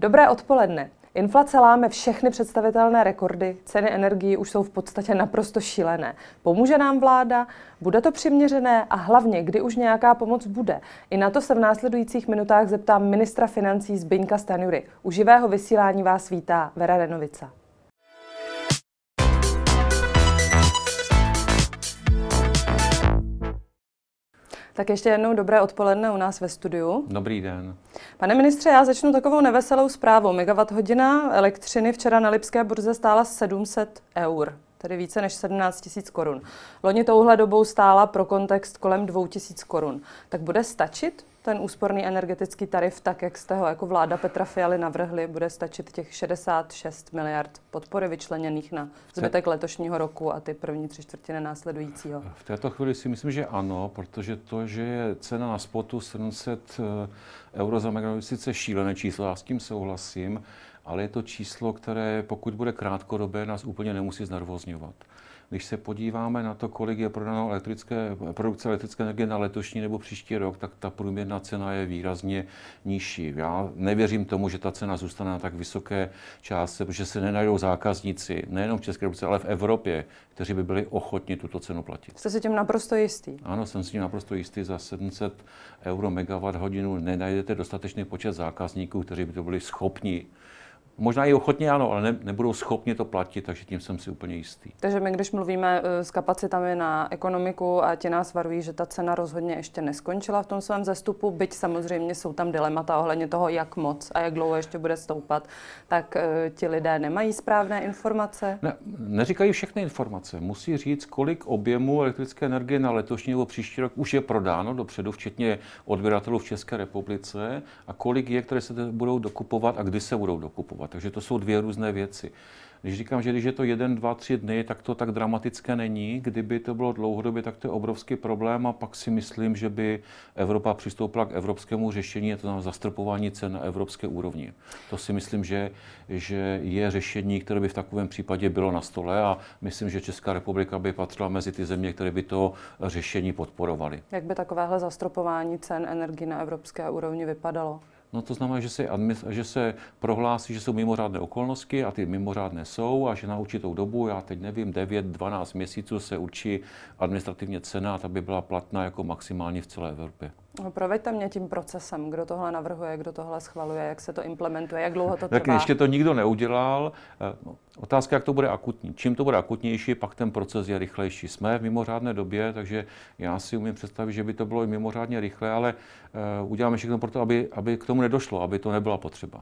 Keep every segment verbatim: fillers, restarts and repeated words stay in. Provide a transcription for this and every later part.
Dobré odpoledne. Inflace láme všechny představitelné rekordy, ceny energií už jsou v podstatě naprosto šílené. Pomůže nám vláda? Bude to přiměřené? A hlavně, kdy už nějaká pomoc bude? I na to se v následujících minutách zeptám ministra financí Zbyňka Stanjury. U živého vysílání vás vítá Vera Renovica. Tak ještě jednou dobré odpoledne u nás ve studiu. Dobrý den. Pane ministře, já začnu takovou neveselou zprávou. Megawatt-hodina elektřiny včera na lipské burze stála sedm set eur, tedy více než sedmnáct tisíc korun. Loni touhle dobou stála pro kontext kolem dvou tisíc korun. Tak bude stačit ten úsporný energetický tarif, tak jak jste ho jako vláda Petra Fialy navrhli? Bude stačit těch šedesát šest miliard podpory vyčleněných na zbytek letošního roku a ty první tři čtvrtiny následujícího? V této chvíli si myslím, že ano, protože to, že je cena na spotu sedm set euro za megawatt, sice šílené číslo, já s tím souhlasím, ale je to číslo, které pokud bude krátkodobé, nás úplně nemusí znervózňovat. Když se podíváme na to, kolik je prodáno elektrické, produkce elektrické energie na letošní nebo příští rok, tak ta průměrná cena je výrazně nižší. Já nevěřím tomu, že ta cena zůstane na tak vysoké částce, protože se nenajdou zákazníci, nejenom v České republice, ale v Evropě, kteří by byli ochotni tuto cenu platit. Jste si tím naprosto jistý? Ano, jsem si tím naprosto jistý. Za sedm set euro megawatt hodinu nenajdete dostatečný počet zákazníků, kteří by to byli schopni. Možná i ochotně ano, ale ne, nebudou schopni to platit, takže tím jsem si úplně jistý. Takže my, když mluvíme s kapacitami na ekonomiku a ti nás varují, že ta cena rozhodně ještě neskončila v tom svém zestupu, byť samozřejmě jsou tam dilemata ohledně toho, jak moc a jak dlouho ještě bude stoupat, tak uh, ti lidé nemají správné informace? Ne, neříkají všechny informace. Musí říct, kolik objemu elektrické energie na letošní nebo příští rok už je prodáno dopředu, včetně odběratelů v České republice, a kolik je, které se budou dokupovat a kdy se budou dokupovat. Takže to jsou dvě různé věci. Když říkám, že když je to jeden, dva, tři dny, tak to tak dramatické není. Kdyby to bylo dlouhodobě, tak to je obrovský problém a pak si myslím, že by Evropa přistoupila k evropskému řešení, a to znamená zastropování cen na evropské úrovni. To si myslím, že, že je řešení, které by v takovém případě bylo na stole a myslím, že Česká republika by patřila mezi ty země, které by to řešení podporovaly. Jak by takovéhle zastropování cen energií na evropské úrovni vypadalo? No to znamená, že se, že se prohlásí, že jsou mimořádné okolnosti a ty mimořádné jsou a že na určitou dobu, já teď nevím, devět dvanáct měsíců se určí administrativně cena, ta by byla platná jako maximálně v celé Evropě. Proveďte mě tím procesem, kdo tohle navrhuje, kdo tohle schvaluje, jak se to implementuje, jak dlouho to tak trvá. Ještě to nikdo neudělal. Otázka, jak to bude akutní. Čím to bude akutnější, pak ten proces je rychlejší. Jsme v mimořádné době, takže já si umím představit, že by to bylo i mimořádně rychle, ale uděláme všechno pro to, aby, aby k tomu nedošlo, aby to nebyla potřeba.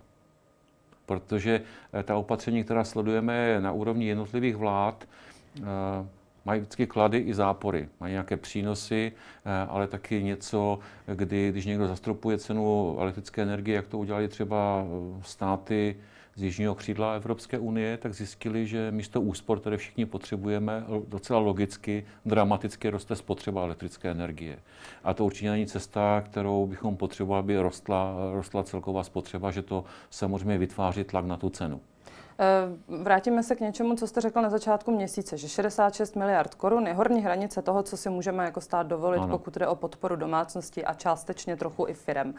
Protože ta opatření, která sledujeme na úrovni jednotlivých vlád, mají vždycky klady i zápory. Mají nějaké přínosy, ale taky něco, kdy, když někdo zastropuje cenu elektrické energie, jak to udělali třeba státy z jižního křídla Evropské unie, tak zjistili, že místo úspor, které všichni potřebujeme, docela logicky, dramaticky roste spotřeba elektrické energie. A to určitě není cesta, kterou bychom potřebovali, aby rostla, rostla celková spotřeba, že to samozřejmě vytváří tlak na tu cenu. Vrátíme se k něčemu, co jste řekl na začátku měsíce, že šedesát šest miliard korun je horní hranice toho, co si můžeme jako stát dovolit, ano, pokud jde o podporu domácností a částečně trochu i firem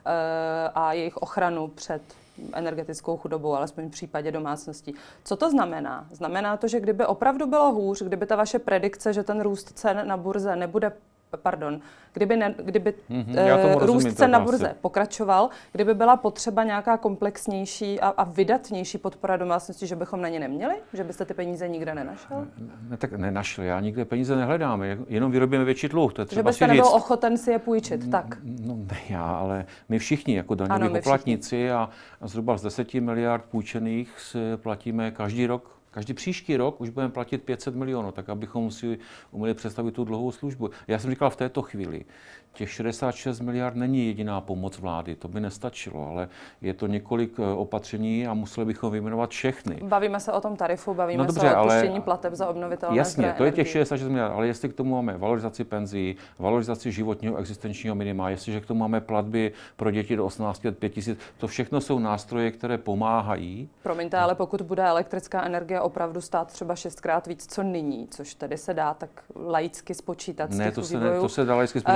a jejich ochranu před energetickou chudobou, alespoň v případě domácností. Co to znamená? Znamená to, že kdyby opravdu bylo hůř, kdyby ta vaše predikce, že ten růst cen na burze nebude Pardon, kdyby, ne, kdyby mm-hmm, e, růst cen na burze pokračoval, kdyby byla potřeba nějaká komplexnější a, a vydatnější podpora domácností, že bychom na ně neměli? Že byste ty peníze nikde nenašel? Ne, tak nenašel, já nikde peníze nehledám, jenom vyrobíme větší dluh. To je třeba že byste nebyl ochoten si je půjčit, tak? No ne já, ale my všichni jako daňoví poplatníci a, a zhruba z deseti miliard půjčených si platíme každý rok. Každý příští rok už budeme platit pět set milionů, tak abychom si uměli představit tu dlouhou službu. Já jsem říkal v této chvíli, těch šedesát šest miliard není jediná pomoc vlády, to by nestačilo, ale je to několik opatření a museli bychom vyjmenovat všechny. Bavíme se o tom tarifu, bavíme no dobře, se o odpuštění plateb za obnovitelné jasně, zdroje to je těch energie. šedesát šest miliard, ale jestli k tomu máme valorizaci penzí, valorizaci životního existenčního minima, jestliže k tomu máme platby pro děti do osmnácti let pět tisíc, to všechno jsou nástroje, které pomáhají. Promiňte, ale pokud bude elektrická energie opravdu stát třeba šestkrát víc, co nyní, což tedy se dá tak laicky spočítat z ne, těch to se, vývojů. ne, to se dá laicky spočítat, tak to na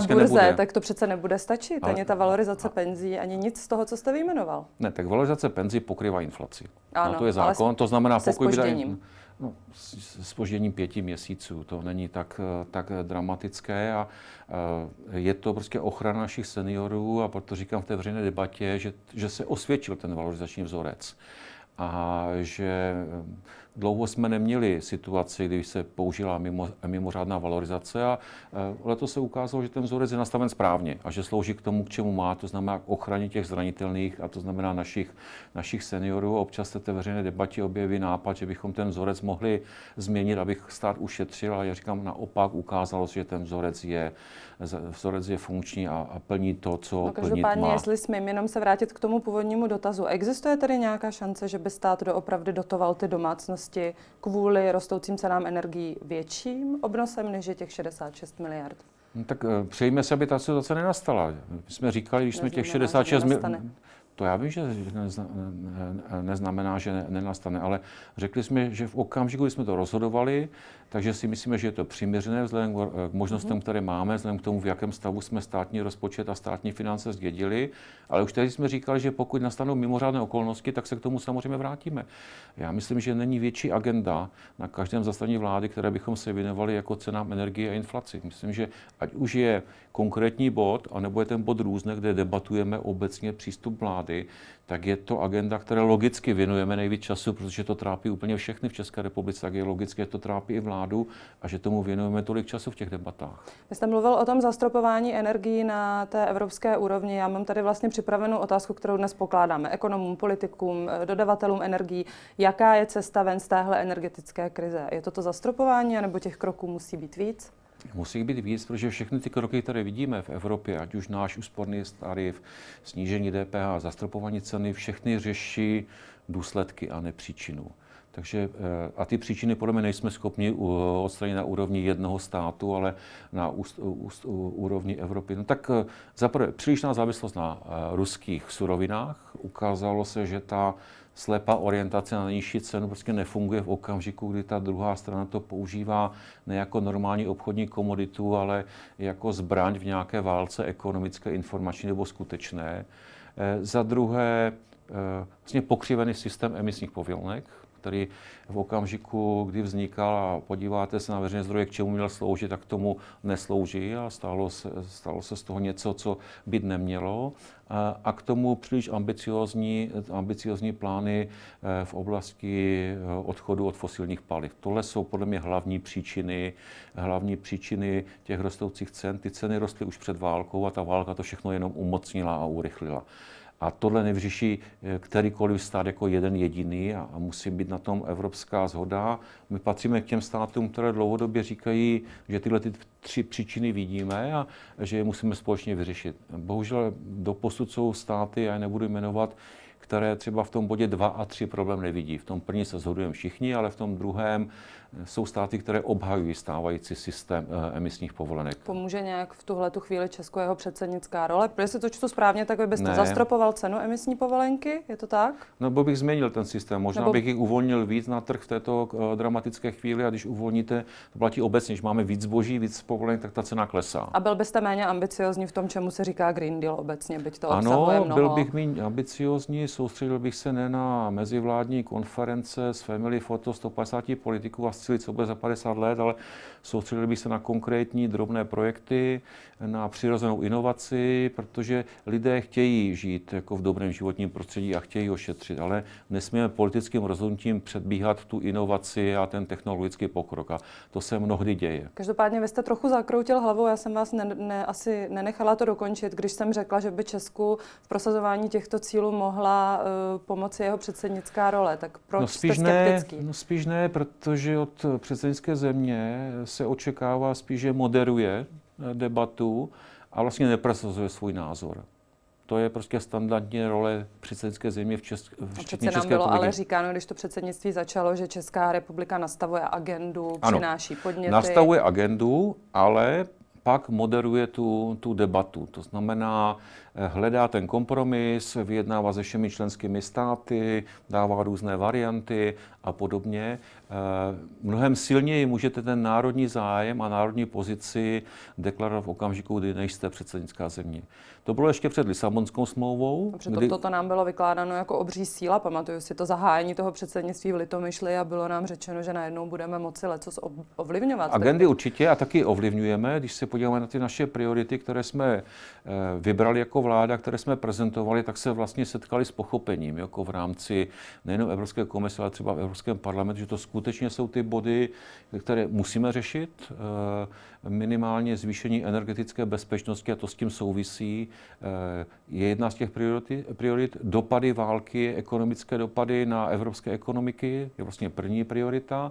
burze, nebude. tak to přece nebude stačit. Ale, ani ta valorizace a, penzí, ani nic z toho, co jste vyjmenoval. Ne, tak valorizace penzí pokrývá inflaci. Ano, no, to je zákon, to znamená, pokud by zpožděním. No, s zpožděním pěti měsíců, to není tak, tak dramatické a je to prostě ochrana našich seniorů a proto říkám v té veřejné debatě, že, že se osvědčil ten valorizační vzorec a že dlouho jsme neměli situaci, kdy se použila mimo, mimořádná valorizace a letos se ukázalo, že ten vzorec je nastaven správně a že slouží k tomu, k čemu má, to znamená k ochraně těch zranitelných a to znamená našich, našich seniorů. Občas se v té veřejné debatě objeví nápad, že bychom ten vzorec mohli změnit, abych stát ušetřil, a já říkám naopak, ukázalo se, že ten vzorec je, vzorec je funkční a, a plní to, co no, plnit má. Jestli smím jenom se vrátit k tomu původnímu dotazu, existuje tedy nějaká šance, že by stát doopravdy dotoval ty domácnosti kvůli rostoucím cenám energií větším obnosem, než je těch šedesát šest miliard? No, tak přejme se, aby ta situace nenastala. My jsme říkali, když jsme těch šedesát šest miliard... To já vím, že neznamená, že nenastane, ale řekli jsme, že v okamžiku, kdy jsme to rozhodovali, takže si myslíme, že je to přiměřené vzhledem k možnostem, které máme, vzhledem k tomu, v jakém stavu jsme státní rozpočet a státní finance zdědili, ale už tehdy jsme říkali, že pokud nastanou mimořádné okolnosti, tak se k tomu samozřejmě vrátíme. Já myslím, že není větší agenda na každém zastavení vlády, které bychom se věnovali jako cenám energie a inflaci. Myslím, že ať už je konkrétní bod, anebo je ten bod různé, kde debatujeme obecně přístup vlády, tak je to agenda, které logicky věnujeme nejvíc času, protože to trápí úplně všechny v České republice, tak je logické, že to trápí i vládu a že tomu věnujeme tolik času v těch debatách. Vy jste mluvil o tom zastropování energií na té evropské úrovni. Já mám tady vlastně připravenou otázku, kterou dnes pokládáme ekonomům, politikům, dodavatelům energií. Jaká je cesta ven z téhle energetické krize? Je to to zastropování, anebo těch kroků musí být víc? Musí být víc, protože všechny ty kroky, které vidíme v Evropě, ať už náš úsporný tarif, snížení D P H, zastropování ceny, všechny řeší důsledky a ne příčinu. Takže a ty příčiny podle mě nejsme schopni odstranit na úrovni jednoho státu, ale na úst, úst, úrovni Evropy. No tak zaprvé přílišná závislost na ruských surovinách. Ukázalo se, že ta slepá orientace na nižší cenu prostě nefunguje v okamžiku, kdy ta druhá strana to používá ne jako normální obchodní komoditu, ale jako zbraň v nějaké válce ekonomické, informační nebo skutečné. Za druhé vlastně pokřivený systém emisních povolenek, který v okamžiku, kdy vznikal a podíváte se na veřejné zdroje, k čemu měl sloužit, tak tomu neslouží a stalo se, stalo se z toho něco, co být nemělo. A k tomu příliš ambiciozní, ambiciozní plány v oblasti odchodu od fosilních paliv. Tohle jsou podle mě hlavní příčiny, hlavní příčiny těch rostoucích cen. Ty ceny rostly už před válkou a ta válka to všechno jenom umocnila a urychlila. A tohle nevyřeší kterýkoliv stát jako jeden jediný a, a musí být na tom evropská shoda. My patříme k těm státům, které dlouhodobě říkají, že tyhle ty tři příčiny vidíme a že je musíme společně vyřešit. Bohužel doposud jsou státy, já je nebudu jmenovat, které třeba v tom bodě dva a tři problém nevidí. V tom první se shodujeme všichni, ale v tom druhém jsou státy, které obhajují stávající systém emisních povolenek. Pomůže nějak v tuhletu chvíli Česku jeho předsednická role? Protože si to čtu správně, tak vy byste ne. zastropoval cenu emisní povolenky, je to tak? No, bo bych změnil ten systém. Možná Nebo... bych jich uvolnil víc na trh v této uh, dramatické chvíli a když uvolníte, to platí obecně, když máme víc zboží, víc povolenek, tak ta cena klesá. A byl byste méně ambiciozní v tom, čemu se říká Green Deal obecně, byť to obsahuje mnoho? Ano, byl bych méně ambiciozní, soustředil bych se ne na mezivládní konference s family photo sto padesát politiků a cílit, co bude za padesát let, ale soustředili bych se na konkrétní drobné projekty, na přirozenou inovaci, protože lidé chtějí žít jako v dobrém životním prostředí a chtějí ho šetřit, ale nesmíme politickým rozhodnutím předbíhat tu inovaci a ten technologický pokrok a to se mnohdy děje. Každopádně vy jste trochu zakroutil hlavou, já jsem vás ne, ne, asi nenechala to dokončit, když jsem řekla, že by Česku v prosazování těchto cílů mohla uh, pomoci jeho předsednická role, tak proč no jste skeptický? Ne, no spíš ne, protože od předsednické země se očekává spíš, že moderuje debatu a vlastně neprosazuje svůj názor. To je prostě standardní role předsednické země v, Česk- v České republiky. Nám bylo ale říkáno, když to předsednictví začalo, že Česká republika nastavuje agendu, ano, přináší podněty. Nastavuje agendu, ale pak moderuje tu, tu debatu. To znamená, hledá ten kompromis, vyjednává se všemi členskými státy, dává různé varianty a podobně. mnohem silněji můžete ten národní zájem a národní pozici deklarovat v okamžiku, kdy nejste předsednická země. To bylo ještě před Lisabonskou smlouvou. Dobře, kdy... to, toto nám bylo vykládáno jako obří síla. Pamatuju si to zahájení toho předsednictví v Litomyšli a bylo nám řečeno, že najednou budeme moci lecos ovlivňovat. Agendy určitě a taky ovlivňujeme, když se podíváme na ty naše priority, které jsme vybrali jako vláda, které jsme prezentovali, tak se vlastně setkali s pochopením, jako v rámci nejen Evropské komise, ale třeba v Evropském parlamentu, že to skutečně jsou ty body, které musíme řešit. Minimálně zvýšení energetické bezpečnosti, a to s tím souvisí, je jedna z těch priorit, priorit. Dopady války, ekonomické dopady na evropské ekonomiky je vlastně první priorita.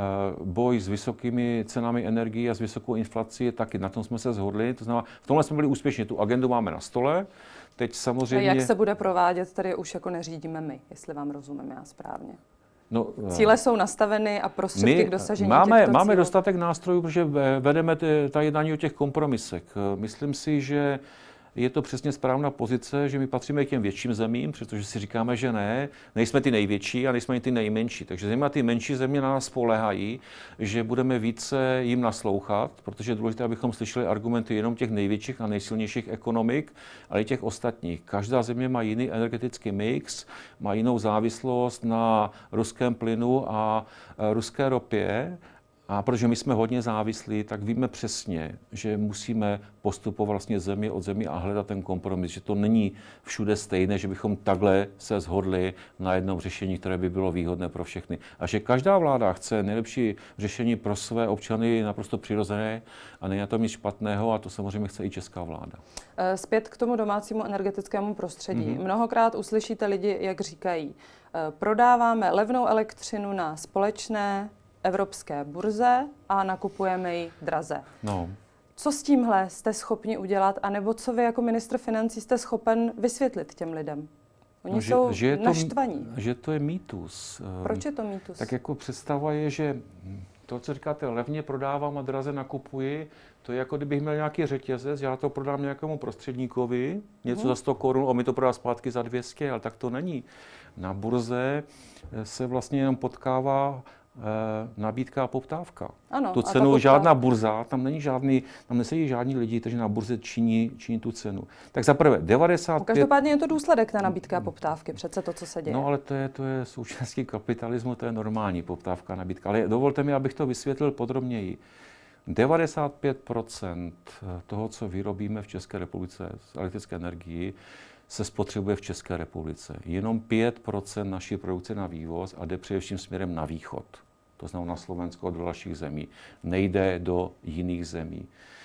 Boj s vysokými cenami energií a s vysokou inflací, taky na tom jsme se shodli. To znamená, v tomhle jsme byli úspěšní. Tu agendu máme na stole. Teď samozřejmě... A jak se bude provádět, tady už jako neřídíme my, jestli vám rozumím já správně. No, cíle jsou nastaveny a prostředky k dosažení máme, těchto máme cílů. dostatek nástrojů, protože vedeme ta jednání o těch kompromisech. Myslím si, že je to přesně správná pozice, že my patříme k těm větším zemím, protože si říkáme, že ne, nejsme ty největší a nejsme ani ty nejmenší. Takže zejména ty menší země na nás spoléhají, že budeme více jim naslouchat, protože je důležité, abychom slyšeli argumenty jenom těch největších a nejsilnějších ekonomik, ale i těch ostatních. Každá země má jiný energetický mix, má jinou závislost na ruském plynu a ruské ropě. A protože my jsme hodně závislí, tak víme přesně, že musíme postupovat vlastně zemi od zemi a hledat ten kompromis, že to není všude stejné, že bychom takhle se shodli na jednom řešení, které by bylo výhodné pro všechny. A že každá vláda chce nejlepší řešení pro své občany naprosto přirozené a není na tom nic špatného, a to samozřejmě chce i česká vláda. Zpět k tomu domácímu energetickému prostředí. Mm-hmm. Mnohokrát uslyšíte lidi, jak říkají, prodáváme levnou elektřinu na společné evropské burze a nakupujeme ji draze. No. Co s tímhle jste schopni udělat, anebo co vy jako ministr financí jste schopen vysvětlit těm lidem? Oni no, že, jsou že je naštvaní. To, že to je mýtus. Proč je to mýtus? Tak jako představa je, že to, co říkáte, levně prodávám a draze nakupuji, to je jako kdybych měl nějaký řetězec, já to prodám nějakému prostředníkovi, něco hmm. za sto korun, on mi to prodá zpátky za dvě stě, ale tak to není. Na burze se vlastně jenom potkává nabídka a poptávka. Ano, tu cenu žádná burza, tam není žádný, tam nesedí žádní lidi, kteří na burze činí, činí tu cenu. Tak za prvé devadesát pět... Každopádně je to důsledek té nabídky a poptávky, přece to, co se děje. No ale to je, to je součástí kapitalismu, to je normální poptávka a nabídka. Ale dovolte mi, abych to vysvětlil podrobněji. devadesát pět procent toho, co vyrobíme v České republice z elektrické energii, se spotřebuje v České republice. Jenom pět procent naší produkce na vývoz a jde především směrem na východ. To znamená na Slovensko a do dalších zemí. Nejde do jiných zemí.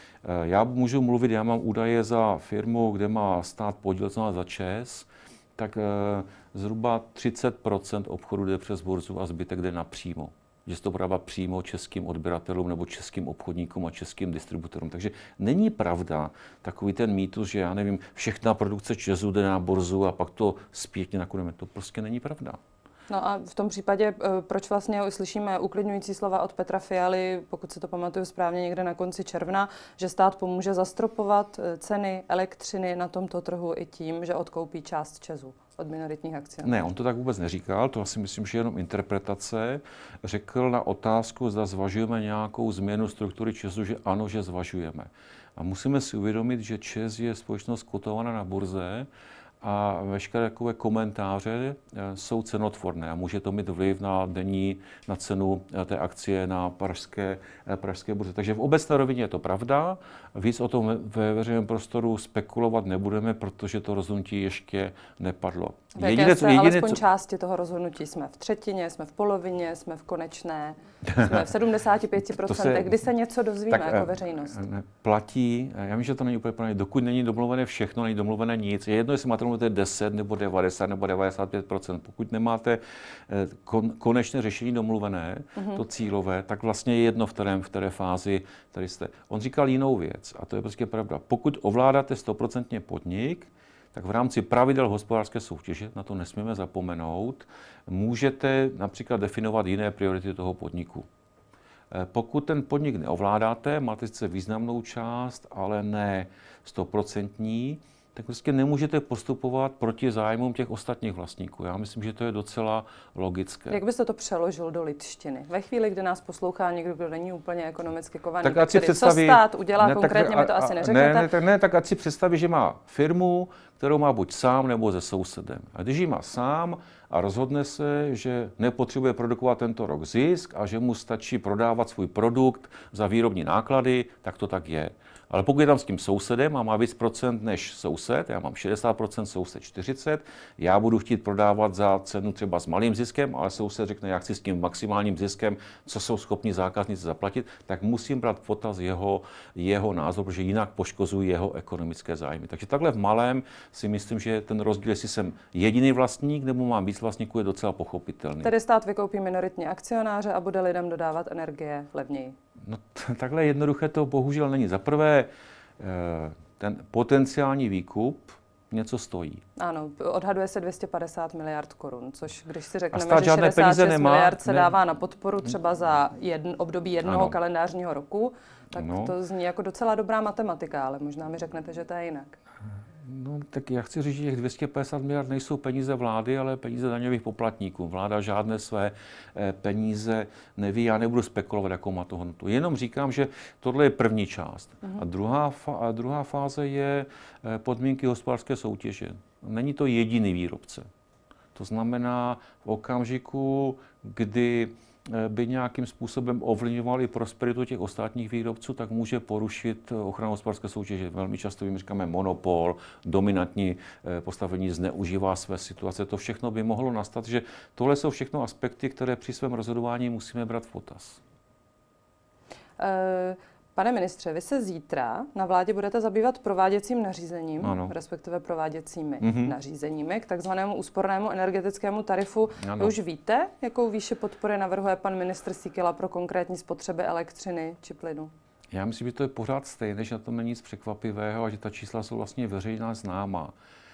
Já můžu mluvit, já mám údaje za firmu, kde má stát podíl, co má za ČEZ, tak zhruba třicet procent obchodu jde přes burzu a zbytek jde napřímo. Že se to prodává přímo českým odběratelům nebo českým obchodníkům a českým distributorům. Takže není pravda takový ten mýtus, že já nevím, všechna produkce ČEZu jde na burzu a pak to zpětně nakonec. To prostě není pravda. No a v tom případě, proč vlastně slyšíme uklidňující slova od Petra Fialy, pokud si to pamatuju správně, někde na konci června, že stát pomůže zastropovat ceny elektřiny na tomto trhu i tím, že odkoupí část ČEZu od minoritních akcionářů? Ne, on to tak vůbec neříkal, to asi myslím, že je jenom interpretace. Řekl na otázku, zda zvažujeme nějakou změnu struktury ČEZu, že ano, že zvažujeme. A musíme si uvědomit, že ČEZ je společnost kotovaná na burze, a veškeré takové komentáře jsou cenotvorné a může to mít vliv na denní, na cenu té akcie na pražské, pražské burze. Takže v obecné rovině je to pravda. Víc o tom ve veřejném prostoru spekulovat nebudeme, protože to rozhodnutí ještě nepadlo. V jaké jediné, se jediné, alespoň co... části toho rozhodnutí jsme v třetině, jsme v polovině, jsme v konečné, jsme v sedmdesáti pěti procentech. Kdy se něco dozvíme tak, jako veřejnost? Platí, já vím, že to není úplně pravda, dokud není domluvené všechno, není domluvené nic. Je jedno, jestli máte domluvené deset nebo devadesát nebo devadesát pět procent. Pokud nemáte kon, konečné řešení domluvené, mm-hmm. to cílové, tak vlastně je jedno, v, kterém, v které fázi tady jste. On říkal jinou věc a to je prostě pravda. Pokud ovládáte stoprocentně podnik, tak v rámci pravidel hospodářské soutěže, na to nesmíme zapomenout, můžete například definovat jiné priority toho podniku. Pokud ten podnik neovládáte, máte sice významnou část, ale ne stoprocentní, tak prostě nemůžete postupovat proti zájmům těch ostatních vlastníků. Já myslím, že to je docela logické. Jak byste to přeložil do lidštiny? Ve chvíli, kdy nás poslouchá někdo, kdo není úplně ekonomicky kovaný, tak, tak si představí, co stát udělá ne, konkrétně, tak, mi to a, asi a, neřeknete. Ne, ne, tak, ne, tak ať si představí, že má firmu, kterou má buď sám, nebo se sousedem. A když ji má sám a rozhodne se, že nepotřebuje produkovat tento rok zisk a že mu stačí prodávat svůj produkt za výrobní náklady, tak to tak je. Ale pokud je tam s tím sousedem a má víc procent než soused, já mám šedesát procent, soused čtyřicet, já budu chtít prodávat za cenu třeba s malým ziskem, ale soused řekne, já chci s tím maximálním ziskem, co jsou schopni zákazníci zaplatit, tak musím brát v potaz jeho, jeho názor, protože jinak poškozují jeho ekonomické zájmy. Takže takhle v malém si myslím, že ten rozdíl, jestli jsem jediný vlastník nebo mám víc vlastníků, je docela pochopitelný. Tedy stát vykoupí minoritní akcionáře a bude lidem dodávat energie levněji. No t- takhle jednoduché to bohužel není. Za prvé, ten potenciální výkup něco stojí. Ano, odhaduje se dvě stě padesát miliard korun, což když si řekneme, že šedesát šest miliard se ne... dává na podporu třeba za jedn, období jednoho ano. kalendářního roku, tak no. to zní jako docela dobrá matematika, ale možná mi řeknete, že to je jinak. No, tak já chci říct, že těch dvě stě padesát miliard nejsou peníze vlády, ale peníze daňových poplatníků. Vláda žádné své peníze neví, já nebudu spekulovat, jakou má to hodnotu. Jenom říkám, že tohle je první část. Uh-huh. A druhá, fa- a druhá fáze je podmínky hospodářské soutěže. Není to jediný výrobce. To znamená v okamžiku, kdy by nějakým způsobem ovlivňovali prosperitu těch ostatních výrobců, tak může porušit ochranu hospodářské soutěže. Velmi často jim říkáme monopol, dominantní postavení zneužívá své situace. To všechno by mohlo nastat, že tohle jsou všechno aspekty, které při svém rozhodování musíme brát v potaz. Uh... Pane ministře, vy se zítra na vládě budete zabývat prováděcím nařízením, ano. respektive prováděcími mm-hmm. nařízeními k takzvanému úspornému energetickému tarifu. Ano. Vy už víte, jakou výši podpory navrhuje pan ministr Síkela pro konkrétní spotřeby elektřiny či plynu? Já myslím, že to je pořád stejné, že na tom není nic překvapivého a že ta čísla jsou vlastně veřejná známá.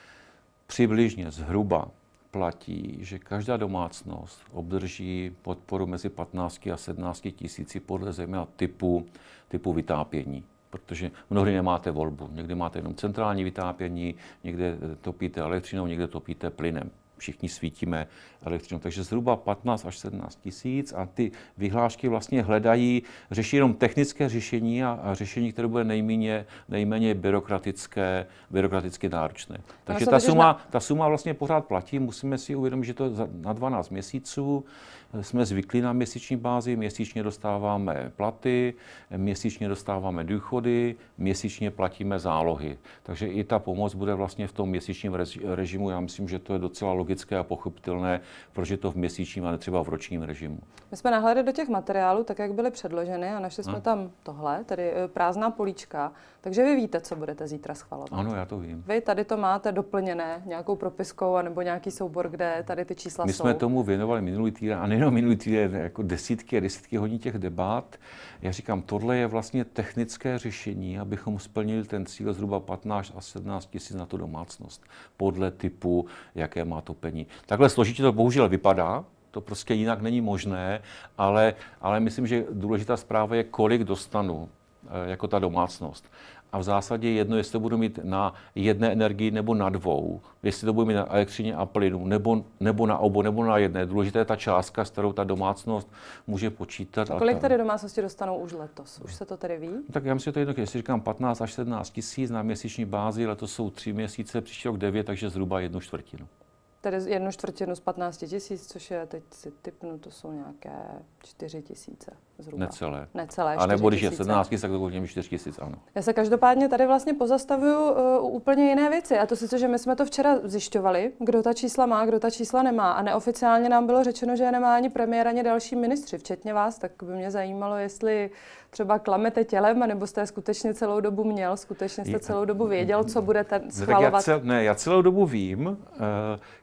Přibližně, zhruba platí, že každá domácnost obdrží podporu mezi patnácti a sedmnácti tisíci podle zejména typu, typu vytápění. Protože mnohdy nemáte volbu. Někdy máte jenom centrální vytápění, někde topíte elektřinou, někde topíte plynem. Všichni svítíme elektřinou. Takže zhruba patnáct až sedmnáct tisíc a ty vyhlášky vlastně hledají, řeší jenom technické řešení a, a řešení, které bude nejméně, nejméně byrokratické, byrokraticky náročné. Takže ta suma, na... ta suma vlastně pořád platí. Musíme si uvědomit, že to je na dvanáct měsíců. Jsme zvyklí na měsíční bázi, měsíčně dostáváme platy, měsíčně dostáváme důchody, měsíčně platíme zálohy. Takže i ta pomoc bude vlastně v tom měsíčním režimu. Já myslím, že to je docela logické a pochopitelné, protože je to v měsíčním a ne třeba v ročním režimu. My jsme nahlédli do těch materiálů, tak jak byly předloženy a našli jsme a? tam tohle, tedy prázdná políčka. Takže vy víte, co budete zítra schvalovat. Ano, já to vím. Vy tady to máte doplněné nějakou propiskou anebo nějaký soubor, kde tady ty čísla My jsou. jsme tomu věnovali minulý týden, a nejenom minulý týden, jako desítky a desítky hodin těch debat. Já říkám, tohle je vlastně technické řešení, abychom splnili ten cíl zhruba patnáct až sedmnáct tisíc na tu domácnost, podle typu, jaké má topení. Takhle složitě to bohužel vypadá, to prostě jinak není možné, ale, ale myslím, že důležitá zpráva je, kolik dostanu jako ta domácnost. A v zásadě jedno, jestli to budu mít na jedné energii nebo na dvou, jestli to budu mít na elektřině a plynu, nebo, nebo na obou, nebo na jedné. Důležitá je ta částka, s kterou ta domácnost může počítat. A kolik tady domácnosti dostanou už letos? Už se to tady ví? Tak já myslím, že to je jedno, jestli říkám patnáct až sedmnáct tisíc na měsíční bázi, letos jsou tři měsíce, příští rok devět, takže zhruba jednu čtvrtinu. Tedy jednu čtvrtinu z patnácti tisíc, což je, teď si tipnu, to jsou nějaké čtyři tisíce zhruba. Necelé. Necelé, a nebo když je sedmnáct tisíc, tak to bude čtyři tisíc, ano. Já se každopádně tady vlastně pozastavuju uh, úplně jiné věci. A to sice, že my jsme to včera zjišťovali, kdo ta čísla má, kdo ta čísla nemá. A neoficiálně nám bylo řečeno, že je nemá ani premiér, ani další ministři, včetně vás. Tak by mě zajímalo, jestli třeba klamete tělem, nebo jste skutečně celou dobu měl, skutečně jste celou dobu věděl, co budete schvalovat. Ne, já, cel, ne, já celou dobu vím,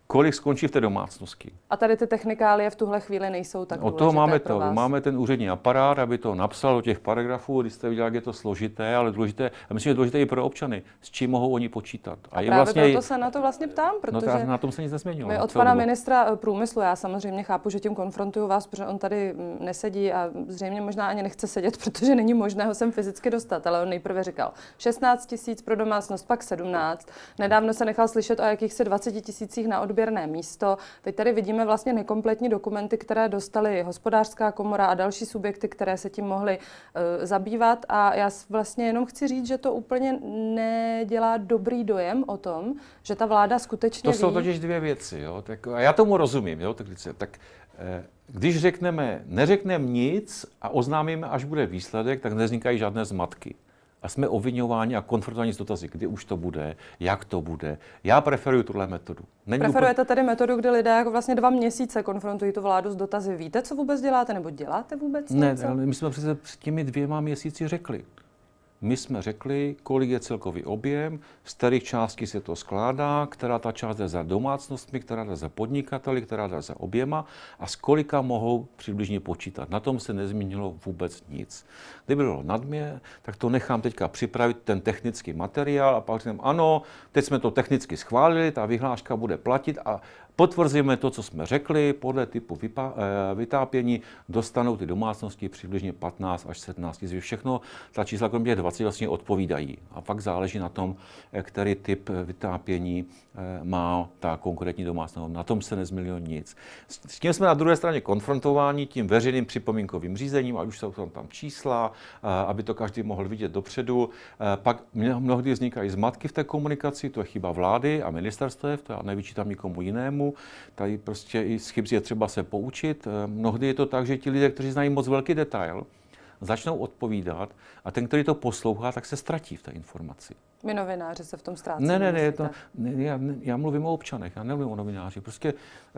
kolik skončí v té domácnosti. A tady ty technikálie v tuhle chvíli nejsou tak důležité. Od toho máme pro to, vás. máme ten úřední aparát, aby to napsal do těch paragrafů, když jste viděli, jak je to složité, ale důležité, a myslím, že je důležité i pro občany, s čím mohou oni počítat. A, a právě vlastně, proto se na to vlastně ptám, protože no, na tom se nic nezměnilo. My od pana dobu. ministra průmyslu, já samozřejmě chápu, že tím konfrontuju vás, protože on tady nesedí a zřejmě možná ani nechce sedět, protože není možné ho sem fyzicky dostat, ale on nejprve říkal šestnáct tisíc pro domácnost, pak sedmnáct. Nedávno se nechal slyšet o jakýchsi dvaceti tisících na odběrné místo. Teď tady vidíme vlastně nekompletní dokumenty, které dostaly Hospodářská komora a další subjekty, které se tím mohly uh, zabývat. A já vlastně jenom chci říct, že to úplně nedělá dobrý dojem o tom, že ta vláda skutečně To ví. jsou totiž dvě věci. Jo? Tak, a já tomu rozumím. Jo? Tak, tak eh, když řekneme, neřekneme nic a oznámíme, až bude výsledek, tak nevznikají žádné zmatky. A jsme obviňováni a konfrontováni s dotazy, kdy už to bude, jak to bude. Já preferuju tuhle metodu. Není Preferujete úplně... tedy metodu, kdy lidé jako vlastně dva měsíce konfrontují tu vládu s dotazy. Víte, co vůbec děláte, nebo děláte vůbec ne, něco? Ne, my jsme přece před těmi dvěma měsíci řekli. My jsme řekli, kolik je celkový objem, z kterých částí se to skládá, která ta část jde za domácnostmi, která jde za podnikateli, která jde za oběma a z kolika mohou přibližně počítat. Na tom se nezměnilo vůbec nic. Kdyby bylo nadměr, tak to nechám teďka připravit ten technický materiál a pak říkám, ano, teď jsme to technicky schválili, ta vyhláška bude platit a potvrzujeme to, co jsme řekli, podle typu vypá, e, vytápění dostanou ty domácnosti přibližně patnáct až sedmnáct tisíc. Všechno, ta čísla kromě dvacet vlastně odpovídají. A pak záleží na tom, který typ vytápění e, má ta konkrétní domácnost. Na tom se nezměnilo nic. S tím jsme na druhé straně konfrontováni tím veřejným připomínkovým řízením, ať už jsou tam, tam čísla, e, aby to každý mohl vidět dopředu. E, pak mnohdy vznikají zmatky v té komunikaci, to je chyba vlády a ministerstev, to já nevyčítám nikomu jinému. Tady prostě i z chyb je třeba se poučit. Mnohdy je to tak, že ti lidé, kteří znají moc velký detail, začnou odpovídat a ten, který to poslouchá, tak se ztratí v té informaci. My novináři se v tom ztrácíme. Ne, ne, ne, to, ne já, ne, já mluvím o občanech, já nemluvím o novináři. Prostě,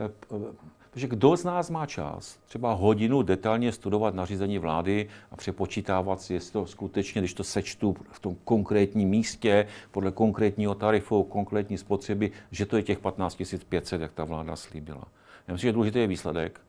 protože kdo z nás má čas třeba hodinu detailně studovat nařízení vlády a přepočítávat si, jestli to skutečně, když to sečtu v tom konkrétním místě, podle konkrétního tarifu, konkrétní spotřeby, že to je těch patnáct tisíc pět set, jak ta vláda slíbila. Já myslím, že důležitý je výsledek.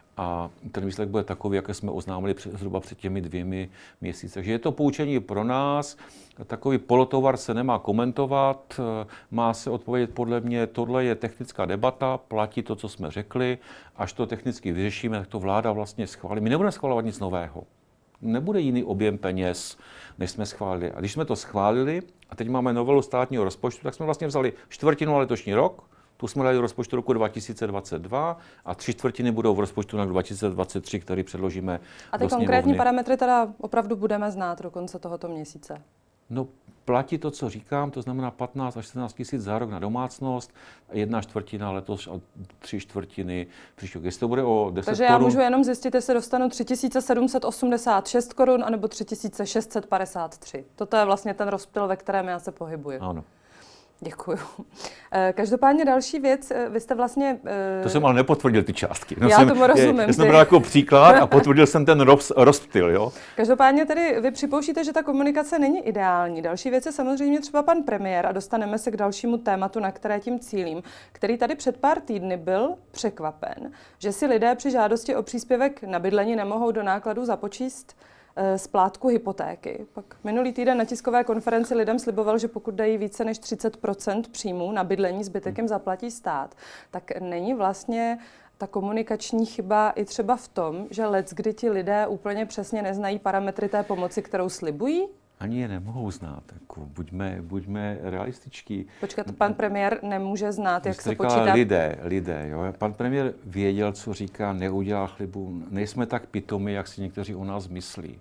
A ten výsledek bude takový, jaké jsme oznámili před, zhruba před těmi dvěmi měsíci. Takže je to poučení pro nás. Takový polotovar se nemá komentovat, má se odpovědět podle mě, tohle je technická debata, platí to, co jsme řekli. Až to technicky vyřešíme, tak to vláda vlastně schválí. My nebudeme schvalovat nic nového. Nebude jiný objem peněz, než jsme schválili. A když jsme to schválili a teď máme novelu státního rozpočtu, tak jsme vlastně vzali čtvrtinu na letošní rok, tu jsme dali do rozpočtu roku dva tisíce dvacet dva a tři čtvrtiny budou v rozpočtu na dva tisíce dvacet tři, který předložíme. A ty konkrétní parametry teda opravdu budeme znát do konce tohoto měsíce? No, platí to, co říkám, to znamená patnáct až sedmnáct tisíc za rok na domácnost, jedna čtvrtina letos a tři čtvrtiny příští rok. Jestli to bude o deset Takže korun, já můžu jenom zjistit, jestli dostanu tři tisíce sedm set osmdesát šest korun anebo tři tisíce šest set padesát tři. Toto je vlastně ten rozptyl, ve kterém já se pohybuji. Ano. Děkuju. Každopádně další věc, vy jste vlastně... To jsem ale nepotvrdil ty částky. No já jsem, tomu rozumím. Já jsem bral jako příklad a potvrdil jsem ten roz, rozptyl, jo? Každopádně tedy vy připouštíte, že ta komunikace není ideální. Další věc je samozřejmě třeba pan premiér a dostaneme se k dalšímu tématu, na které tím cílím, který tady před pár týdny byl překvapen, že si lidé při žádosti o příspěvek na bydlení nemohou do nákladů započíst splátku hypotéky. Pak minulý týden na tiskové konferenci lidem sliboval, že pokud dají více než třicet procent příjmů na bydlení, zbytek jim zaplatí stát. Tak není vlastně ta komunikační chyba i třeba v tom, že leckdy ti lidé úplně přesně neznají parametry té pomoci, kterou slibují? Ani je nemohou znát. Jako, buďme, buďme realističtí. Počkat, pan premiér nemůže znát, jak se říkala, počítá. Lidé, lidé. Jo? Pan premiér věděl, co říká, neudělal chybu. Nejsme tak pitomi, jak si někteří o nás myslí.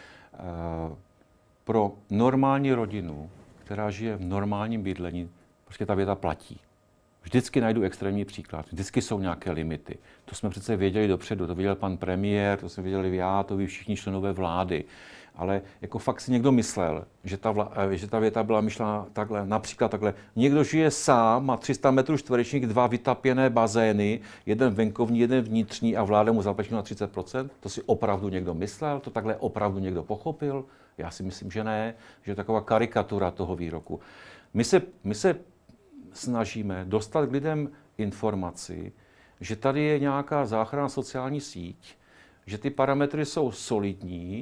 Uh, pro normální rodinu, která žije v normálním bydlení, prostě ta věta platí. Vždycky najdu extrémní příklad. Vždycky jsou nějaké limity. To jsme přece věděli dopředu. To věděl pan premiér, to jsme věděli já, to ví všichni členové vlády. Ale jako fakt si někdo myslel, že ta, vla, že ta věta byla myšlena takhle, například takhle. Někdo žije sám, má tři sta metrů čtverečních, dva vytapěné bazény, jeden venkovní, jeden vnitřní a vláda mu zaplatí na třicet procent. To si opravdu někdo myslel? To takhle opravdu někdo pochopil? Já si myslím, že ne, že je taková karikatura toho výroku. My se, my se snažíme dostat k lidem informaci, že tady je nějaká záchranná sociální síť, že ty parametry jsou solidní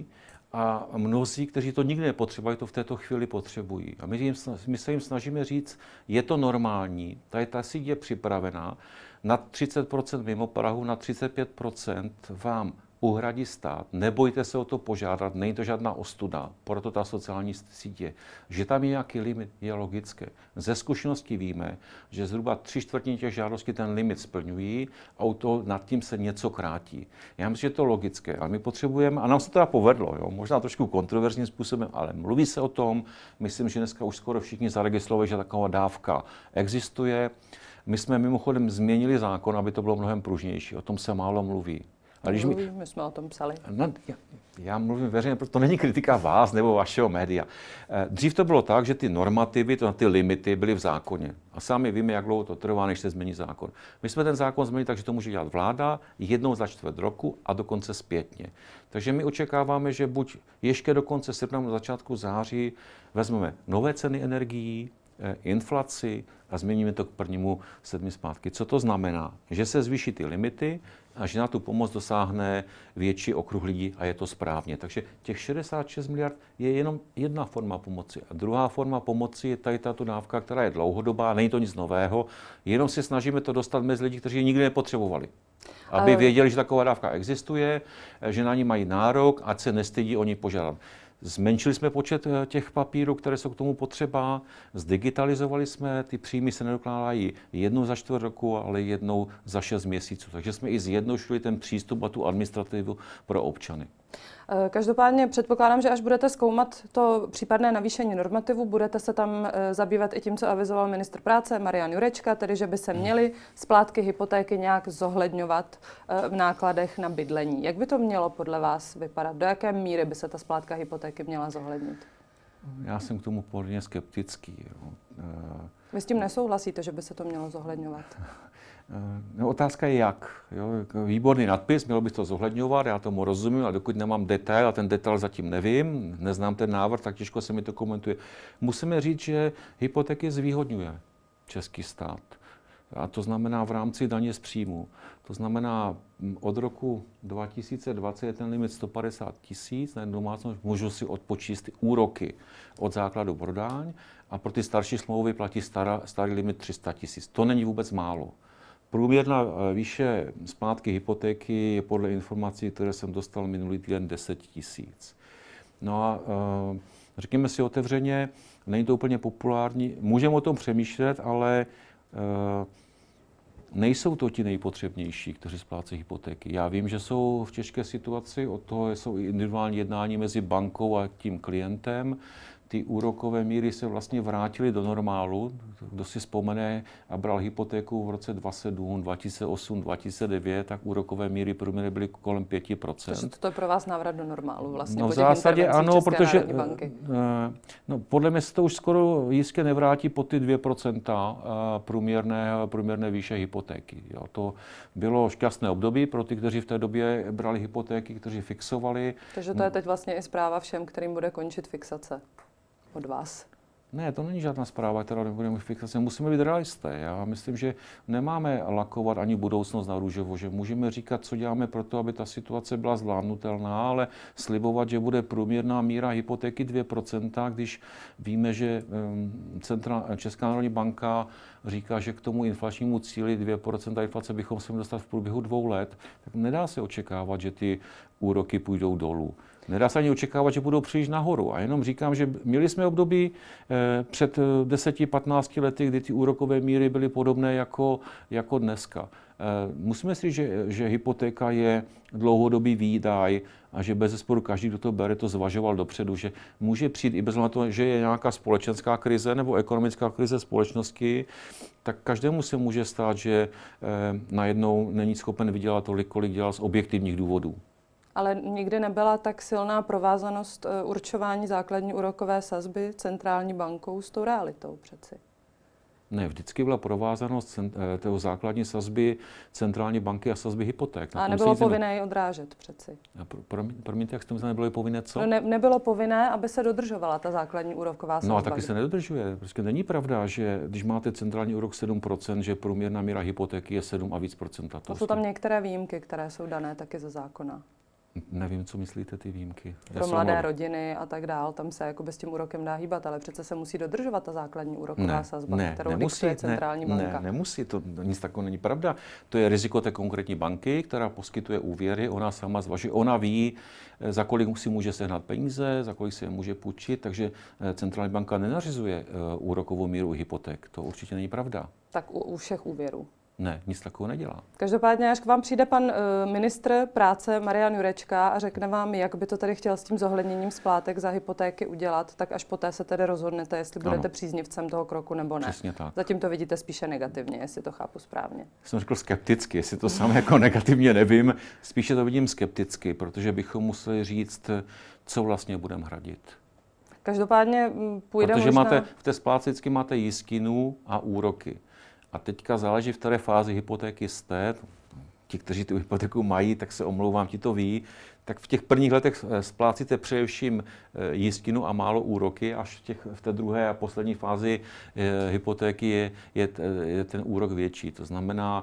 a mnozí, kteří to nikdy nepotřebují, to v této chvíli potřebují. A my, jim, my se jim snažíme říct, je to normální, tady ta síť je připravená, na třicet procent mimo Prahu, na třicet pět procent vám uhradí stát, nebojte se o to požádat, není to žádná ostuda, proto ta sociální sítě. Že tam je nějaký limit, je logické. Ze zkušenosti víme, že zhruba tři čtvrtiny těch žádostí ten limit splňují a u toho nad tím se něco krátí. Já myslím, že to je logické, ale my potřebujeme, a nám se to teda povedlo, jo, možná trošku kontroverzním způsobem, ale mluví se o tom, myslím, že dneska už skoro všichni zaregistrovali, že taková dávka existuje. My jsme mimochodem změnili zákon, aby to bylo mnohem pružnější, o tom se málo mluví. A když my, my jsme o tom psali. No, já, já mluvím veřejně, protože to není kritika vás nebo vašeho média. Dřív to bylo tak, že ty normativy, to, ty limity byly v zákoně. A sami víme, jak dlouho to trvá, než se změní zákon. My jsme ten zákon změnili tak, že to může dělat vláda jednou za čtvrt roku a dokonce zpětně. Takže my očekáváme, že buď ještě do konce srpna nebo začátku září vezmeme nové ceny energií, inflaci a změníme to k prvnímu sedmi zpátky. Co to znamená? Že se zvýší ty limity a že na tu pomoc dosáhne větší okruh lidí a je to správně. Takže těch šedesát šest miliard je jenom jedna forma pomoci. A druhá forma pomoci je tady tato dávka, která je dlouhodobá, není to nic nového, jenom se snažíme to dostat mezi lidi, kteří ji nikdy nepotřebovali. Aby věděli, že taková dávka existuje, že na ní mají nárok, ať se nestydí o ní požádat. Zmenšili jsme počet těch papírů, které jsou k tomu potřeba, zdigitalizovali jsme, ty příjmy se nedokládají jednou za čtvrt roku, ale jednou za šest měsíců. Takže jsme i zjednodušili ten přístup a tu administrativu pro občany. Každopádně předpokládám, že až budete zkoumat to případné navýšení normativu, budete se tam zabývat i tím, co avizoval ministr práce Marian Jurečka, tedy že by se měly splátky hypotéky nějak zohledňovat v nákladech na bydlení. Jak by to mělo podle vás vypadat? Do jaké míry by se ta splátka hypotéky měla zohlednit? Já jsem k tomu poměrně skeptický. Jo. Vy s tím nesouhlasíte, že by se to mělo zohledňovat? No, otázka je jak. Jo? Výborný nadpis, mělo by to zohledňovat, já tomu rozumím, ale dokud nemám detail, a ten detail zatím nevím, neznám ten návrh, tak těžko se mi to komentuje. Musíme říct, že hypotéky zvýhodňuje český stát. A to znamená v rámci daně z příjmu. To znamená, od roku dva tisíce dvacet je ten limit sto padesát tisíc na domácnost, můžu si odpočíst ty úroky od základu pro daň a pro ty starší smlouvy platí stará, starý limit tři sta tisíc. To není vůbec málo. Průměrná výše splátky hypotéky je podle informací, které jsem dostal minulý týden, deset tisíc. No a uh, řekněme si otevřeně, není to úplně populární, můžeme o tom přemýšlet, ale uh, nejsou to ti nejpotřebnější, kteří splácejí hypotéky. Já vím, že jsou v těžké situaci, od toho jsou i individuální jednání mezi bankou a tím klientem. Ty úrokové míry se vlastně vrátily do normálu. Kdo si vzpomene a bral hypotéku v roce dva tisíce sedm, dva tisíce osm, dva tisíce devět, tak úrokové míry průměrně byly kolem pět procent. Takže to je pro vás návrat do normálu vlastně? No v zásadě ano, protože banky. No, podle mě se to už skoro jistě nevrátí pod ty dvě procenta průměrné, průměrné výše hypotéky. Jo, to bylo šťastné období pro ty, kteří v té době brali hypotéky, kteří fixovali. Takže to je teď vlastně i zpráva všem, kterým bude končit fixace od vás. Ne, to není žádná zpráva, která nebudeme fixace. Musíme být realisté. Já myslím, že nemáme lakovat ani budoucnost na růžovo, že můžeme říkat, co děláme pro to, aby ta situace byla zvládnutelná, ale slibovat, že bude průměrná míra hypotéky dvě procenta, když víme, že Centrál, Česká národní banka říká, že k tomu inflačnímu cíli dvě procenta inflace bychom se měli dostat v průběhu dvou let, tak nedá se očekávat, že ty úroky půjdou dolů. Nedá se ani očekávat, že budou příliš nahoru. A jenom říkám, že měli jsme období eh, před deseti patnácti lety, kdy ty úrokové míry byly podobné jako, jako dneska. Eh, musíme si říct, že, že hypotéka je dlouhodobý výdaj a že bezesporu každý, kdo to bere, to zvažoval dopředu, že může přijít i bez na to, že je nějaká společenská krize nebo ekonomická krize společnosti, tak každému se může stát, že eh, najednou není schopen vydělat tolik, kolik dělal z objektivních důvodů. Ale nikdy nebyla tak silná provázanost určování základní úrokové sazby centrální bankou s tou realitou přeci. Ne, vždycky byla provázanost toho základní sazby centrální banky a sazby hypoték. A nebylo povinné ji odrážet přeci. Pro, promiňte, jak jste myslel, nebylo povinné co? No ne, nebylo povinné, aby se dodržovala ta základní úroková sazba. No a taky se nedodržuje. Prostě není pravda, že když máte centrální úrok sedm procent, že průměrná míra hypotéky je sedm a víc procenta. To jsou tam některé výjimky, které jsou dané taky ze zákona. Nevím, co myslíte ty výjimky. Pro mladé mladý. rodiny a tak dál, tam se jakoby s tím úrokem dá hýbat, ale přece se musí dodržovat ta základní úroková ne, sazba, ne, kterou nemusí, diktuje centrální ne, banka. Ne, nemusí, to nic takového není pravda. To je riziko té konkrétní banky, která poskytuje úvěry, ona sama zvažuje, ona ví, za kolik si může sehnat peníze, za kolik si je může půjčit, takže centrální banka nenařizuje úrokovou míru hypoték. To určitě není pravda. Tak u, u všech úvěrů. Ne, nic takového nedělá. Každopádně, až k vám přijde pan uh, ministr práce Marian Jurečka a řekne vám, jak by to tady chtěl s tím zohledněním splátek za hypotéky udělat, tak až poté se tedy rozhodnete, jestli ano. budete příznivcem toho kroku nebo ne. Přesně tak. Zatím to vidíte spíše negativně, jestli to chápu správně. Jsem řekl skepticky, jestli to sám jako negativně nevím. Spíše to vidím skepticky, protože bychom museli říct, co vlastně budeme hradit. Každopádně půjde Protože možná... máte, v té splátce vždycky máte jistinu a úroky. A teďka záleží, v které fázi hypotéky jste. Ti, kteří tu hypotéku mají, tak se omlouvám, ti to ví. Tak v těch prvních letech splácíte především jistinu a málo úroky, až v, těch, v té druhé a poslední fázi hypotéky je, je, je ten úrok větší. To znamená,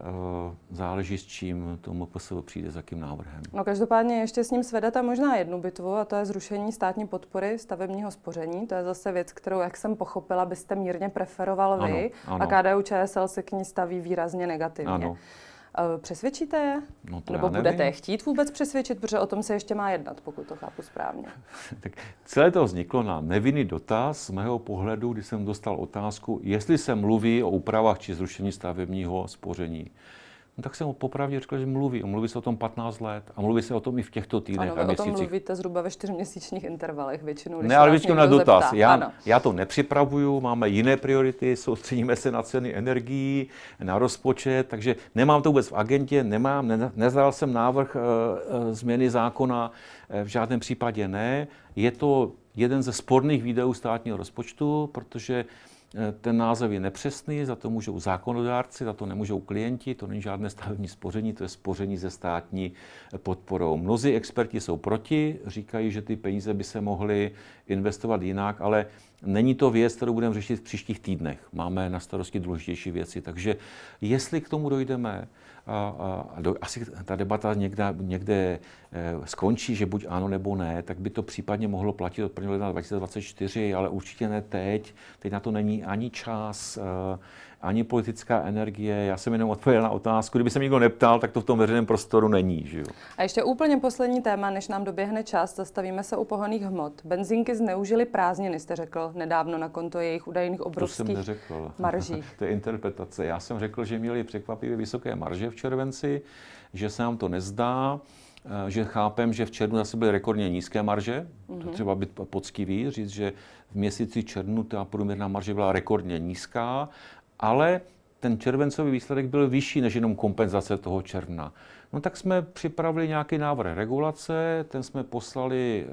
záleží, s čím tomu P S V přijde, s jakým návrhem. No každopádně ještě s ním svedete možná jednu bitvu, a to je zrušení státní podpory stavebního spoření. To je zase věc, kterou, jak jsem pochopila, byste mírně preferoval vy. Ano, ano. A K D U Č S L se k ní staví výrazně negativně. Ano. Přesvědčíte je? No to Nebo já budete nevím. je chtít vůbec přesvědčit, protože o tom se ještě má jednat, pokud to chápu správně. Tak celé to vzniklo na nevinný dotaz z mého pohledu, kdy jsem dostal otázku, jestli se mluví o úpravách či zrušení stavebního spoření. No, tak jsem popravdě řekl, že mluví. Mluví se o tom patnáct let a mluví se o tom i v těchto týdnech ano, a vy měsících. o tom mluvíte zhruba ve čtyřměsíčních intervalech většinou. Ne, ale vždycky na dotaz. Zeptá. Já, já to nepřipravuju, máme jiné priority, soustředíme se na ceny energií, na rozpočet, takže nemám to vůbec v agentě, nemám, ne, nezdal jsem návrh e, změny zákona, e, v žádném případě ne. Je to jeden ze sporných výdajů státního rozpočtu, protože ten název je nepřesný, za to můžou zákonodárci, za to nemůžou klienti, to není žádné stavební spoření, to je spoření se státní podporou. Mnozí experti jsou proti, říkají, že ty peníze by se mohly investovat jinak, ale není to věc, kterou budeme řešit v příštích týdnech. Máme na starosti důležitější věci, takže jestli k tomu dojdeme, a, a do, asi ta debata někde, někde e, skončí, že buď ano nebo ne, tak by to případně mohlo platit od prvního ledna dva tisíce dvacet čtyři, ale určitě ne teď. Teď na to není ani čas, e, ani politická energie. Já jsem jenom odpověděl na otázku. Kdyby se mě někdo neptal, tak to v tom veřejném prostoru není. Že jo? A ještě úplně poslední téma, než nám doběhne čas, zastavíme se u pohonných hmot. Benzínky zneužily prázdniny, jste řekl nedávno na konto jejich údajných obrovských to jsem neřekl. maržích. To je interpretace. Já jsem řekl, že měli překvapivě vysoké marže v červenci, že se nám to nezdá, že chápem, že v červnu zase byly rekordně nízké marže. Mm-hmm. To třeba být poctivý, říct, že v měsíci červnu ta průměrná marže byla rekordně nízká, ale ten červencový výsledek byl vyšší než jenom kompenzace toho června. No tak jsme připravili nějaký návrh regulace, ten jsme poslali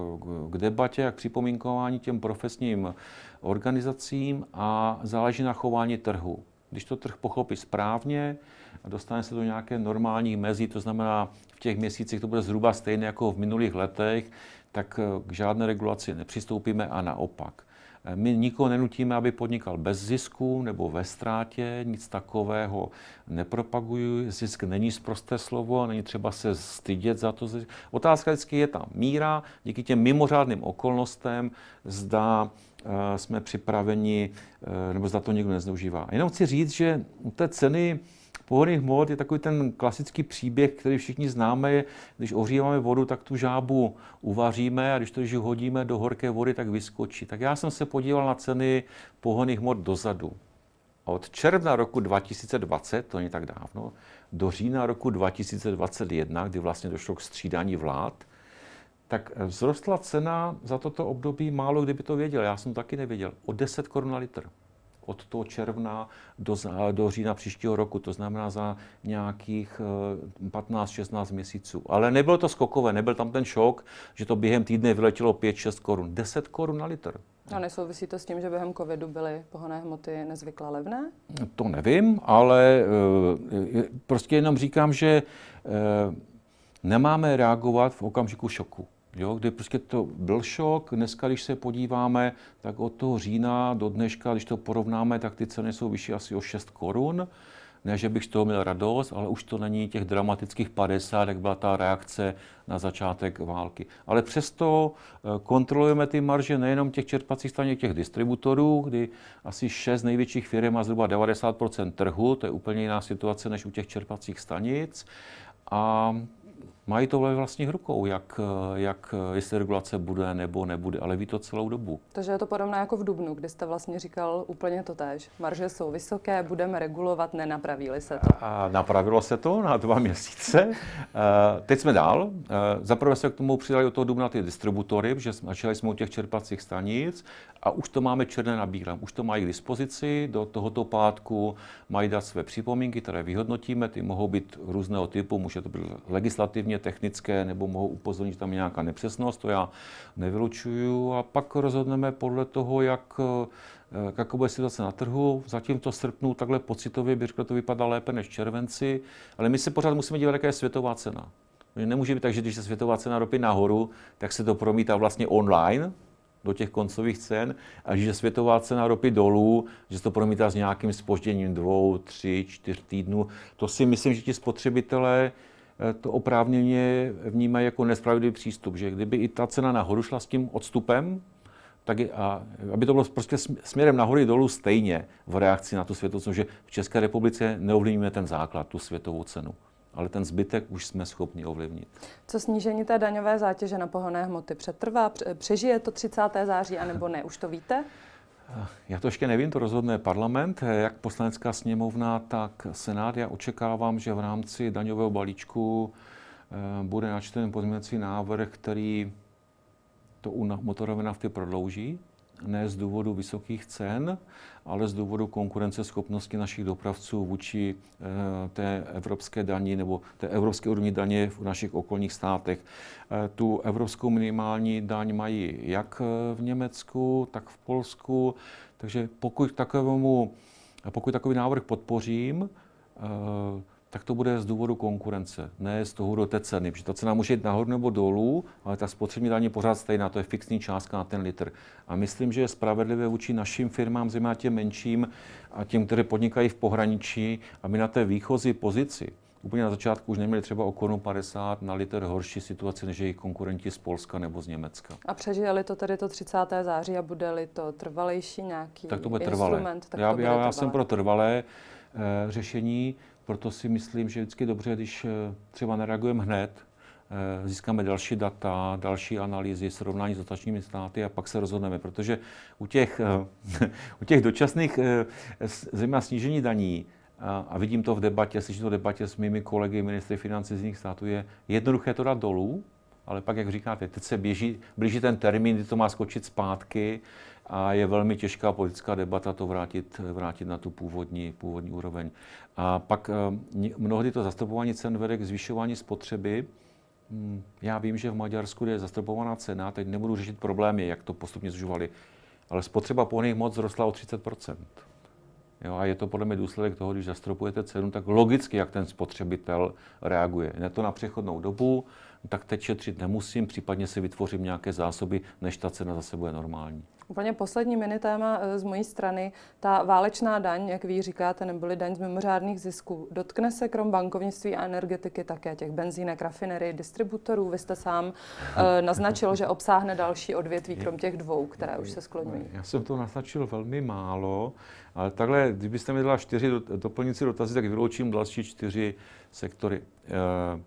k debatě a k připomínkování těm profesním organizacím a záleží na chování trhu. Když to trh pochopí správně a dostane se do nějaké normální mezí, to znamená v těch měsících to bude zhruba stejné jako v minulých letech, tak k žádné regulaci nepřistoupíme a naopak. My nikoho nenutíme, aby podnikal bez zisku nebo ve ztrátě, nic takového nepropaguju. Zisk není sprosté slovo, není třeba se stydět za to. Otázka vždycky je ta míra, díky těm mimořádným okolnostem, zda uh, jsme připraveni, uh, nebo zda to někdo nezneužívá. Jenom chci říct, že u té ceny pohonných hmot je takový ten klasický příběh, který všichni známe. Když ohříváme vodu, tak tu žábu uvaříme a když to když hodíme do horké vody, tak vyskočí. Tak já jsem se podíval na ceny pohonných hmot dozadu. Od června roku dva tisíce dvacet, to není tak dávno, do října roku dva tisíce dvacet jedna, kdy vlastně došlo k střídání vlád, tak vzrostla cena za toto období, málo kdy by to věděl, já jsem to taky nevěděl, o deset korun na litr. od toho června do, do října příštího roku, to znamená za nějakých patnáct šestnáct měsíců. Ale nebylo to skokové, nebyl tam ten šok, že to během týdne vyletělo pět šest korun. deset korun na litr. A nesouvisí to s tím, že během covidu byly pohonné hmoty nezvykle levné? To nevím, ale prostě jenom říkám, že nemáme reagovat v okamžiku šoku. Jo, kdy prostě to byl šok, dneska, když se podíváme, tak od toho října do dneška, když to porovnáme, tak ty ceny jsou vyšší asi o šest korun. Ne, že bych z toho měl radost, ale už to není těch dramatických padesát, jak byla ta reakce na začátek války. Ale přesto kontrolujeme ty marže nejenom těch čerpacích stanic, těch distributorů, kdy asi šest největších firm má zhruba devadesát procent trhu, to je úplně jiná situace než u těch čerpacích stanic. A mají to ve vlastních rukou, jak, jak, jestli regulace bude nebo nebude, ale ví to celou dobu. Takže je to podobné jako v dubnu, kdy jste vlastně říkal úplně to též. Marže jsou vysoké, budeme regulovat, nenapraví-li se to. A napravilo se to na dva měsíce. Teď jsme dál. Zaprvé se k tomu přidali od toho dubna ty distributory, že začali jsme u těch čerpacích stanic a už to máme černé na bílém. Už to mají k dispozici, do tohoto pátku mají dát své připomínky, které vyhodnotíme. Ty mohou být různého typu, může to být legislativně technické, nebo mohou upozornit, že tam je nějaká nepřesnost, to já nevylučuju. A pak rozhodneme podle toho, jak, jak bude situace na trhu. Zatím to srpnu takhle pocitově, bych řekl, to vypadá lépe než v červenci, ale my si pořád musíme dívat, jaká je světová cena. Nemůže být tak, že když je světová cena ropy nahoru, tak se to promítá vlastně online do těch koncových cen, a když je světová cena ropy dolů, že se to promítá s nějakým zpožděním dvou, tři, čtyř týdnů. To si myslím, že ti spotřebitelé to oprávněně vnímají jako nespravedlivý přístup, že kdyby i ta cena nahoru šla s tím odstupem, tak je, a aby to bylo prostě směrem nahoru i dolů stejně v reakci na tu světovou cenu, že v České republice neovlivníme ten základ, tu světovou cenu, ale ten zbytek už jsme schopni ovlivnit. Co snížení té daňové zátěže na pohonné hmoty přetrvá? Přežije to třicátého září, anebo ne? Už to víte? Já to ještě nevím, to rozhodne parlament, jak Poslanecká sněmovna, tak Senát. Já očekávám, že v rámci daňového balíčku bude načten pozměňovací návrh, který to u motorové nafty prodlouží, ne z důvodu vysokých cen, ale z důvodu konkurenceschopnosti našich dopravců vůči té evropské dani nebo té evropské úrovni daně v našich okolních státech. Tu evropskou minimální daň mají jak v Německu, tak v Polsku, takže pokud, takovému, pokud takový návrh podpořím, tak to bude z důvodu konkurence, ne z toho do té ceny, protože ta cena může jít nahoru nebo dolů, ale ta spotřební daň je pořád stejná, to je fixní částka na ten litr. A myslím, že je spravedlivé vůči našim firmám, zejména těm menším a těm, které podnikají v pohraničí, aby na té výchozí pozici úplně na začátku už neměli třeba o korunu padesát na litr horší situaci, než jejich konkurenti z Polska nebo z Německa. A přežije-li to tedy to třicátého září a bude-li to trvalejší nějaký tak to bude instrument? Tak já, to bude já, já jsem pro trvalé e, řešení. Proto si myslím, že je vždycky dobře, když třeba nereagujeme hned, získáme další data, další analýzy, srovnání s dotačními státy a pak se rozhodneme, protože u těch, u těch dočasných zejména snížení daní, a vidím to v debatě, slyším to v debatě s mými kolegy ministry financí z jiných států, je jednoduché to dát dolů, ale pak, jak říkáte, teď se běží, blíží ten termín, kdy to má skočit zpátky a je velmi těžká politická debata to vrátit, vrátit na tu původní, původní úroveň. A pak mnohdy to zastropování cen vede k zvyšování spotřeby. Já vím, že v Maďarsku je zastropovaná cena, teď nebudu řešit problémy, jak to postupně zužovali, ale spotřeba pohonných hmot zrostla o třicet procent. Jo, a je to podle mě důsledek toho, když zastropujete cenu, tak logicky, jak ten spotřebitel reaguje. Ne to na přechodnou dobu, tak teď šetřit nemusím, případně si vytvořím nějaké zásoby, než ta cena zase bude normální. Úplně poslední mini téma z mojí strany. Ta válečná daň, jak vy říkáte, neboli daň z mimořádných zisků, dotkne se krom bankovnictví a energetiky také těch benzínek, rafinerii, distributorů. Vy jste sám e, naznačil, že obsáhne další odvětví, krom těch dvou, které už se skloňují. Já jsem to naznačil velmi málo, ale takhle, kdybyste mi dala čtyři doplňující dotazy, tak vyloučím další čtyři sektory. E,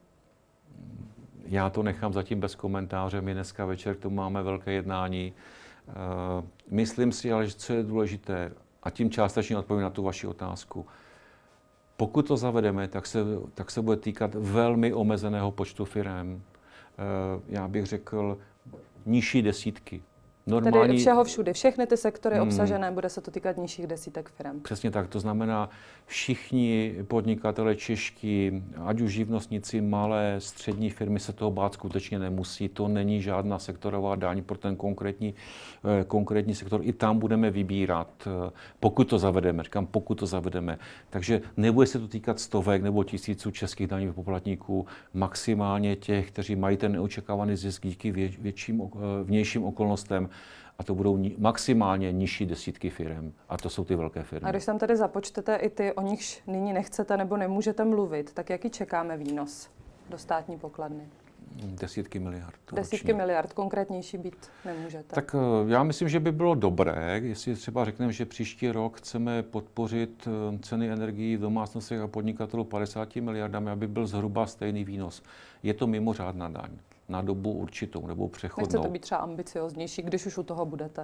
já to nechám zatím bez komentáře, my dneska večer k tomu máme velké jednání. Uh, myslím si, ale že co je důležité, a tím částečně odpovím na tu vaši otázku, pokud to zavedeme, tak se, tak se bude týkat velmi omezeného počtu firem. Uh, já bych řekl nižší desítky, normální... Tedy všeho všude, všechny ty sektory hmm. obsažené, bude se to týkat nižších desítek firm. Přesně tak, to znamená všichni podnikatelé čeští, ať už živnostníci, malé, střední firmy se toho bát skutečně nemusí. To není žádná sektorová daň pro ten konkrétní, konkrétní sektor. I tam budeme vybírat, pokud to zavedeme. Říkám, pokud to zavedeme. Takže nebude se to týkat stovek nebo tisíců českých daňových poplatníků, maximálně těch, kteří mají ten neočekávaný zisk díky větším vnějším okolnostem. A to budou ni- maximálně nižší desítky firm. A to jsou ty velké firmy. A když tam tady započtete i ty, o nichž nyní nechcete nebo nemůžete mluvit, tak jaký čekáme výnos do státní pokladny? Desítky miliard. Desítky ročně. miliard, konkrétnější být nemůžete. Tak já myslím, že by bylo dobré, jestli třeba řekneme, že příští rok chceme podpořit ceny energií v domácnostech a podnikatelů padesáti miliardami, aby byl zhruba stejný výnos. Je to mimořádná daň na dobu určitou nebo přechodnou. Nechcete být třeba ambicioznější, když už u toho budete?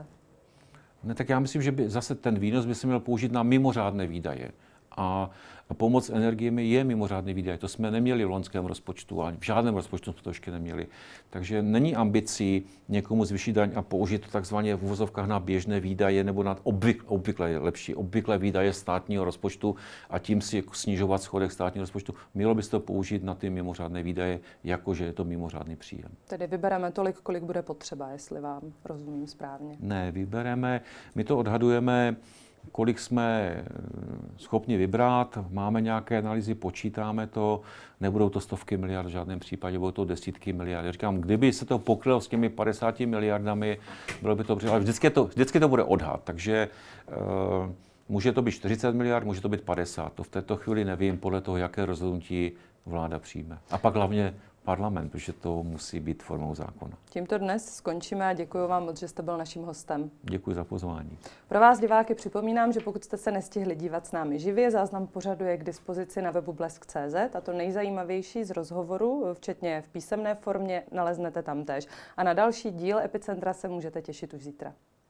Ne, tak já myslím, že by zase ten výnos by se měl použít na mimořádné výdaje. A pomoc energiemi je mimořádný výdaj. To jsme neměli v loňském rozpočtu, ale v žádném rozpočtu jsme to ještě neměli. Takže není ambicí někomu zvýšit daň a použít to takzvaně v uvozovkách na běžné výdaje nebo na obvykle, obvykle lepší, obvykle výdaje státního rozpočtu a tím si snižovat schodek státního rozpočtu. Mělo by se to použít na ty mimořádné výdaje, jakože je to mimořádný příjem. Tedy vybereme tolik, kolik bude potřeba, jestli vám rozumím správně. Ne, vybereme, my to odhadujeme, kolik jsme schopni vybrat, máme nějaké analýzy, počítáme to, nebudou to stovky miliard v žádném případě, budou to desítky miliard. Já říkám, kdyby se to pokrylo s těmi padesáti miliardami, bylo by to dobře, ale vždycky to, vždycky to bude odhad, takže uh, může to být čtyřicet miliard, může to být padesát, to v této chvíli nevím, podle toho, jaké rozhodnutí vláda přijme. A pak hlavně parlament, protože to musí být formou zákona. Tímto dnes skončíme a děkuji vám moc, že jste byl naším hostem. Děkuji za pozvání. Pro vás, diváky, připomínám, že pokud jste se nestihli dívat s námi živě, záznam pořadu je k dispozici na webu blesk tečka cé zet a to nejzajímavější z rozhovoru, včetně v písemné formě, naleznete tam též. A na další díl Epicentra se můžete těšit už zítra.